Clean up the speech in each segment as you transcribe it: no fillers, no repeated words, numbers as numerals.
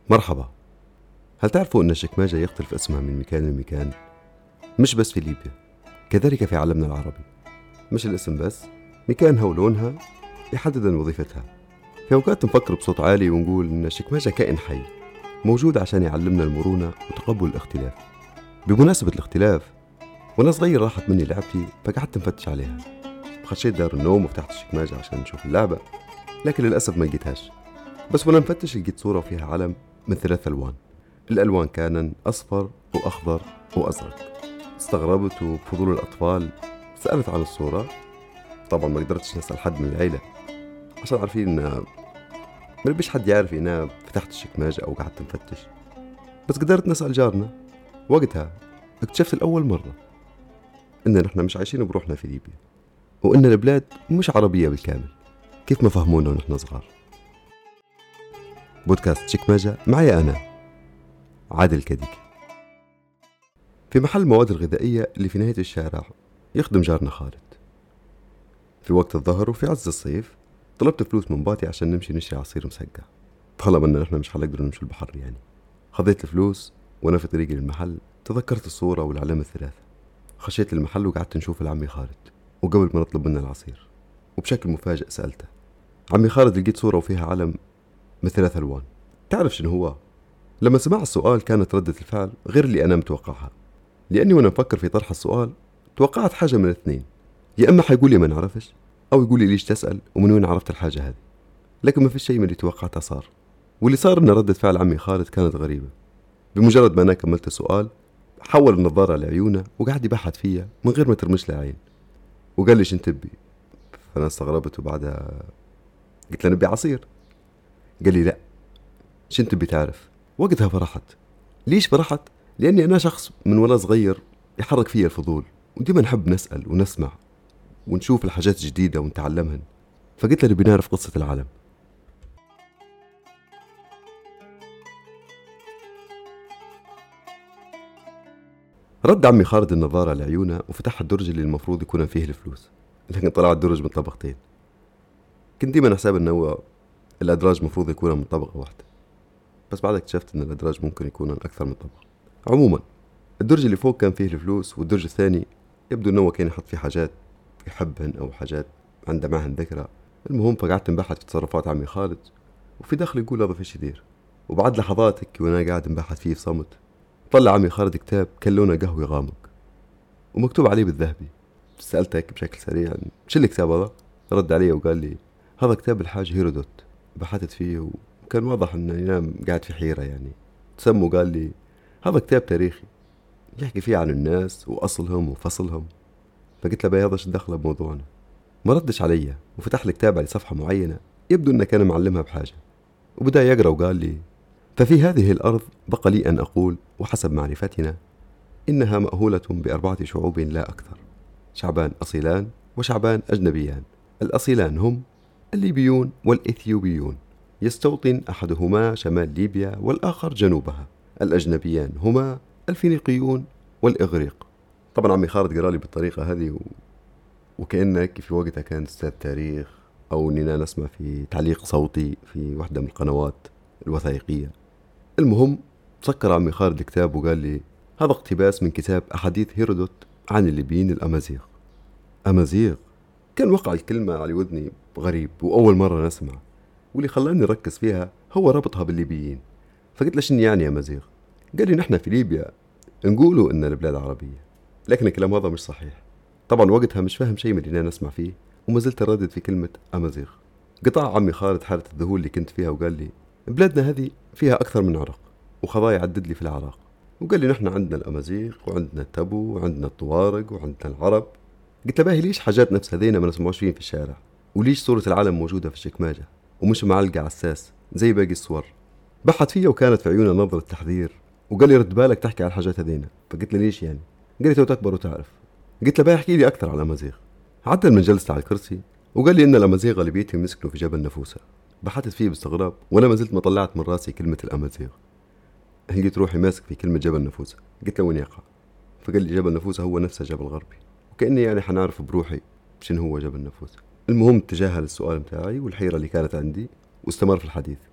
مرحبا. هل تعرفوا أن الشكماجة يختلف اسمها من مكان لمكان؟ مش بس في ليبيا، كذلك في عالمنا العربي. مش الاسم بس، مكانها ولونها يحدد وظيفتها. في أوقات نفكر بصوت عالي ونقول أن الشكماجة كائن حي موجود عشان يعلمنا المرونة وتقبل الاختلاف. بمناسبة الاختلاف، وأنا صغير راحت مني لعبتي فقعدت نفتش عليها. خشيت دار النوم وفتحت الشكماجة عشان نشوف اللعبة، لكن للأسف ما لقيتهاش. بس وأنا نفتش لقيت صورة فيها علم من 3 ألوان. الألوان كانن أصفر وأخضر وأزرق. استغربت وبفضول الأطفال سألت عن الصورة. طبعا ما قدرتش نسأل حد من العيلة عشان عارفين إن ما نبيش حد يعرف إن فتحت الشكماجة أو قعدت نفتش. بس قدرت نسأل جارنا. وقتها اكتشفت لأول مرة إن نحن مش عايشين بروحنا في ليبيا، وإن البلاد مش عربية بالكامل كيف ما فهمونا ونحن صغار. بودكاست شكماجة معي أنا عادل كديكي. في محل المواد الغذائية اللي في نهاية الشارع يخدم جارنا خالد. في وقت الظهر وفي عز الصيف طلبت فلوس من باتي عشان نمشي نشتري عصير مسقع، طالما ان نحن مش حنقدر نمشي البحر يعني. خذيت الفلوس وانا في طريقي للمحل تذكرت الصورة والعلامة الثلاثة. خشيت المحل وقعدت نشوف لعمي خالد، وقبل ما نطلب منه العصير وبشكل مفاجئ سألته: عمي خالد، لقيت صورة وفيها علم من 3 ألوان، تعرف شنو هو؟ لما سمع السؤال كانت ردة الفعل غير اللي أنا متوقعها، لأني وأنا مفكر في طرح السؤال توقعت حاجة من الاثنين: يا إما حيقول لي ما نعرفش، أو يقول لي ليش تسأل ومن وين عرفت الحاجة هذه. لكن ما في شيء من اللي توقعته صار. واللي صار إن ردة فعل عمي خالد كانت غريبة. بمجرد ما أنا كملت السؤال حول النظارة لعيونه وقعد يبحث فيها من غير ما ترمش له عين، وقال لي: شن تبي؟ فأنا استغربت وبعدها قلت له: نبي عصير. قال لي: لا، شن تبي تعرف؟ وقتها فرحت. ليش فرحت؟ لأني أنا شخص من ولا صغير يحرك فيا الفضول، وديما نحب نسأل ونسمع ونشوف الحاجات الجديدة ونتعلمهن. فقلت له: نبي نعرف قصة العالم. رد عمي خالد النظارة لعيونه وفتح الدرج اللي المفروض يكون فيه الفلوس، لكن طلع الدرج من طبقتين. كنت ديما حساب انه هو الأدراج مفروض يكون من طبقة واحدة، بس بعد اكتشفت ان الأدراج ممكن يكون أكثر من طبقة. عموما الدرج اللي فوق كان فيه الفلوس، والدرج الثاني يبدو انه كان يحط فيه حاجات يحبهن او حاجات عنده معهن ذكرى. المهم فقعدت نبحث في تصرفات عمي خالد، وفي داخل يقول هذا فيش يدير. وبعد لحظات وانا قاعد نبحث فيه في صمت طلع عمي خالد كتاب كان لونه قهوي غامق ومكتوب عليه بالذهبي. سألته هيك بشكل سريع: شو الكتاب هذا؟ رد علي وقال لي: هذا كتاب الحاج هيرودوت. بحثت فيه وكان واضح انه ينام قاعد في حيرة يعني. تسمه قال لي: هذا كتاب تاريخي يحكي فيه عن الناس وأصلهم وفصلهم. فقلت له: بياض ايش دخله بموضوعنا؟ ما ردش علي وفتح الكتاب على صفحة معينة يبدو انه كان معلمها بحاجة، وبدأ يقرأ وقال لي: ففي هذه الأرض بقى لي أن أقول وحسب معرفتنا إنها مأهولة ب4 شعوب لا أكثر، شعبان أصيلان وشعبان أجنبيان. الأصيلان هم الليبيون والإثيوبيون، يستوطن أحدهما شمال ليبيا والآخر جنوبها. الأجنبيان هما الفينيقيون والإغريق. طبعا عمي خالد قرأ لي بالطريقة هذه وكأنك في وقتها كان أستاذ تاريخ، أو أننا نسمع في تعليق صوتي في واحدة من القنوات الوثائقية. المهم سكر عمي خالد الكتاب وقال لي: هذا اقتباس من كتاب أحاديث هيرودوت عن الليبيين الأمازيغ. أمازيغ؟ كان وقع الكلمة على ودني غريب وأول مرة نسمع، واللي خلاني أركز فيها هو ربطها بالليبيين. فقلت له: شنو يعني أمازيغ؟ قال لي: نحن في ليبيا نقولوا إن البلاد عربية، لكن الكلام هذا مش صحيح. طبعا وقتها مش فاهم شيء من اللي أنا نسمع فيه، وما زلت أردد في كلمة أمازيغ. قطع عمي خالد حالة الذهول اللي كنت فيها وقال لي: بلادنا هذه فيها أكثر من عرق، وخضايا عدد لي في العراق. وقال لي: نحن عندنا الأمازيغ وعندنا التبو وعندنا الطوارق وعندنا العرب. قلت له: باهي ليش حاجات نفس هذينا ما نسمعوش فين في الشارع؟ وليش صورة العالم موجودة في الشكماجة ومش معلقة على الساس زي باقي الصور؟ بحث فيا وكانت في عيونه نظرة تحذير، وقال لي: رد بالك تحكي على الحاجات هذينا. فقلت له: ليش يعني؟ قال لي: تو تكبر وتعرف. قلت له: باهي احكي لي أكثر على الأمازيغ. عدل من جلسة على الكرسي وقال لي إن الأمازيغ اللي بيتهم مسكنوا في جبل نفوسة. بحثت فيه باستغراب وأنا ما زلت ما طلعت من راسي كلمة الأمازيغ. لقيت روحي ماسك في كلمة جبل نفوسة. قلت له: وين يقع؟ فقال لي: جبل نفوسة هو نفسه جبل غربي. وكأني يعني حنعرف بروحي شنو هو جبل نفوسة. المهم تجاهل السؤال متاعي والحيرة اللي كانت عندي واستمر في الحديث.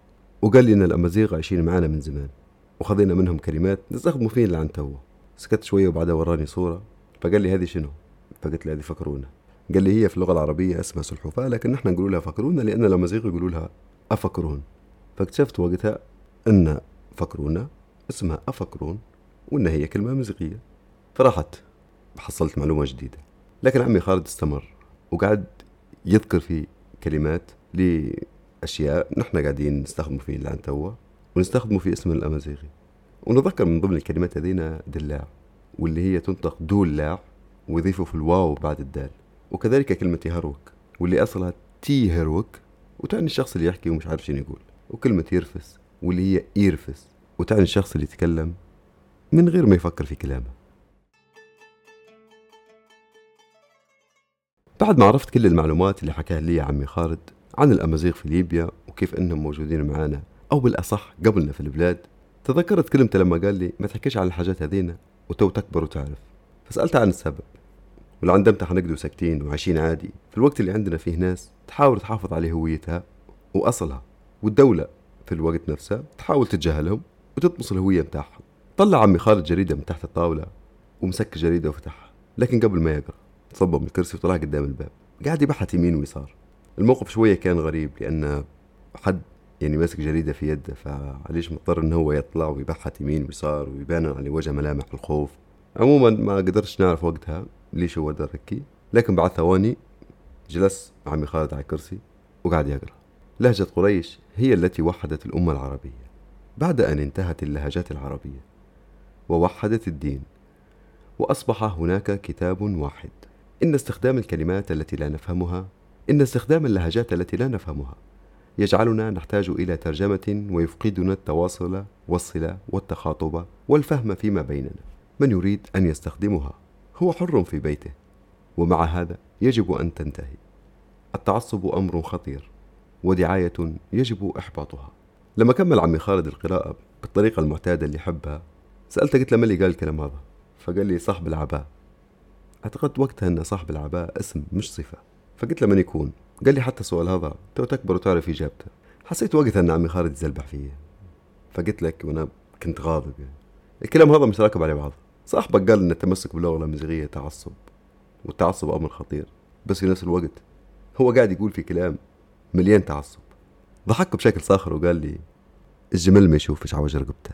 وقال لي إن الأمازيغ عايشين معانا من زمان وخذينا منهم كلمات نستخدموا فيه لعن توا. سكت شوية وبعدها وراني صورة، فقال لي هذه شنو؟ فقلت له هذه فكرونا. قال لي هي في اللغة العربية اسمها سلحفاة، لكن نحن نقول لها فكرونا لأن الأمازيغ يقولوا لها أفكرون. فاكتشفت وقتها أن فكرونا اسمها أفكرون وأن هي كلمة أمازيغية. فرحت حصلت معلومة جديدة. لكن عمي خالد استمر وقعد يذكر في كلمات لأشياء نحن قاعدين نستخدمه فيه لعن توا ونستخدمه في اسم الأمازيغي. ونذكر من ضمن الكلمات هذينا دلاع، واللي هي تنطق دولاع ويضيفوا في الواو بعد الدال. وكذلك كلمة يهروك واللي أصلها تي هروك وتعني الشخص اللي يحكي ومش عارف شنو يقول. وكلمة يرفس واللي هي يرفس وتعني الشخص اللي يتكلم من غير ما يفكر في كلامه. بعد ما عرفت كل المعلومات اللي حكاها لي عمي خالد عن الأمازيغ في ليبيا وكيف أنهم موجودين معانا أو بالأصح قبلنا في البلاد، تذكرت كلمته لما قال لي ما تحكيش عن الحاجات هذينا وتو تكبر وتعرف. فسألت عن السبب، ولعند امتى حنقدروا ساكتين وعايشين عادي في الوقت اللي عندنا فيه ناس تحاول تحافظ على هويتها وأصلها، والدولة في الوقت نفسه تحاول تتجاهلهم وتطمس الهوية متاعهم. طلع عمي خالد جريدة من تحت الطاولة ومسك جريدة وفتحها، لكن قبل ما يقرأ تصبب من الكرسي وطلع قدام الباب قاعد يبحث يمين ويسار. الموقف شوية كان غريب لأن حد يعني ماسك جريدة في يده، فعليش مضطر إن هو يطلع ويبحث يمين ويسار ويبان على وجه ملامح الخوف. عموما ما قدرتش نعرف وقتها ليش هو دار هيك، لكن بعد ثواني جلس عمي خالد على الكرسي وقعد يقرأ. لهجة قريش هي التي وحدت الأمة العربية بعد أن انتهت اللهجات العربية ووحدت الدين، وأصبح هناك كتاب واحد. إن استخدام الكلمات التي لا نفهمها، إن استخدام اللهجات التي لا نفهمها يجعلنا نحتاج إلى ترجمة ويفقدنا التواصل والصلة والتخاطب والفهم فيما بيننا. من يريد أن يستخدمها هو حر في بيته، ومع هذا يجب أن تنتهي. التعصب أمر خطير ودعاية يجب إحباطها. لما كمل عمي خالد القراءة بالطريقة المعتادة اللي يحبها سألته، قلت له ما اللي قال الكلام هذا؟ فقال لي صاحب العباء. اعتقدت وقتها أن صاحب العباء اسم مش صفة، فقلت له من يكون؟ قال لي حتى السؤال هذا تو تكبر وتعرف إجابته. حسيت وقتها أن عمي خالد يزلبح فيه، فقلت لك وأنا كنت غاضب يعني الكلام هذا مش راكب على بعض. صاحبك قال أن التمسك باللغة الأمازيغية تعصب، والتعصب أمر خطير، بس في نفس الوقت هو قاعد يقول في كلام مليان تعصب. ضحك بشكل ساخر وقال لي الجمل ما يشوفش عوج رقبته.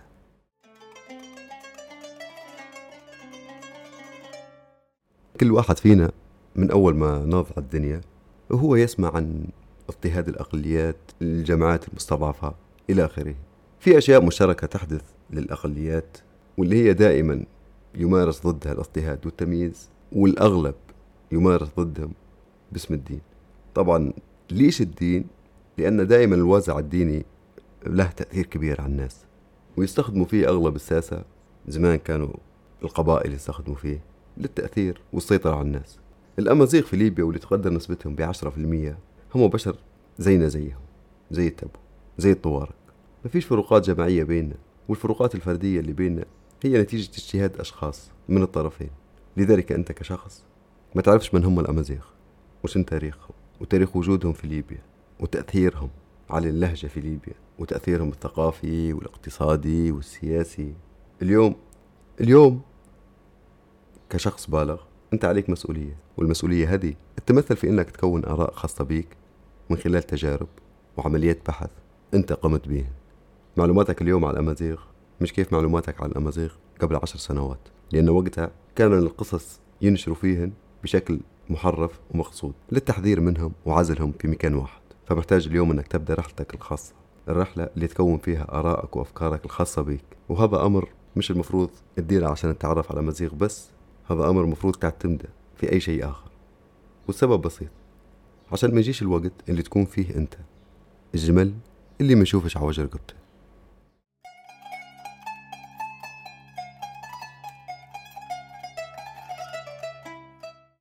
كل واحد فينا من أول ما ناض على الدنيا وهو يسمع عن اضطهاد الأقليات، الجماعات المستضعفة إلى آخره. في أشياء مشتركة تحدث للأقليات واللي هي دائما يمارس ضدها الاضطهاد والتمييز، والأغلب يمارس ضدهم باسم الدين. طبعا ليش الدين؟ لأن دائما الوازع الديني له تأثير كبير على الناس ويستخدموا فيه أغلب الساسة. زمان كانوا القبائل يستخدموا فيه للتأثير والسيطرة على الناس. الأمازيغ في ليبيا واللي تقدر نسبتهم ب10% هم بشر زينا زيهم، زي التبو زي الطوارق. ما فيش فروقات جماعية بيننا، والفروقات الفردية اللي بيننا هي نتيجة اجتهاد أشخاص من الطرفين. لذلك أنت كشخص ما تعرفش من هم الأمازيغ وشن تاريخهم وتاريخ وجودهم في ليبيا وتأثيرهم على اللهجة في ليبيا وتأثيرهم الثقافي والاقتصادي والسياسي. اليوم كشخص بالغ أنت عليك مسؤولية، والمسؤولية هذه تتمثل في أنك تكون آراء خاصة بيك من خلال تجارب وعمليات بحث أنت قمت بيهن. معلوماتك اليوم على الأمازيغ مش كيف معلوماتك على الأمازيغ قبل 10 سنوات، لأن وقتها كان القصص ينشروا فيهن بشكل محرف ومقصود للتحذير منهم وعزلهم في مكان واحد. فمحتاج اليوم أنك تبدأ رحلتك الخاصة، الرحلة اللي تكون فيها آرائك وأفكارك الخاصة بيك. وهذا أمر مش المفروض تديره عشان تتعرف على أمازيغ بس، هذا أمر المفروض تعتمده في أي شيء آخر. والسبب بسيط، عشان ما يجيش الوقت اللي تكون فيه أنت الجمل اللي ما يشوفش عوج رقبته.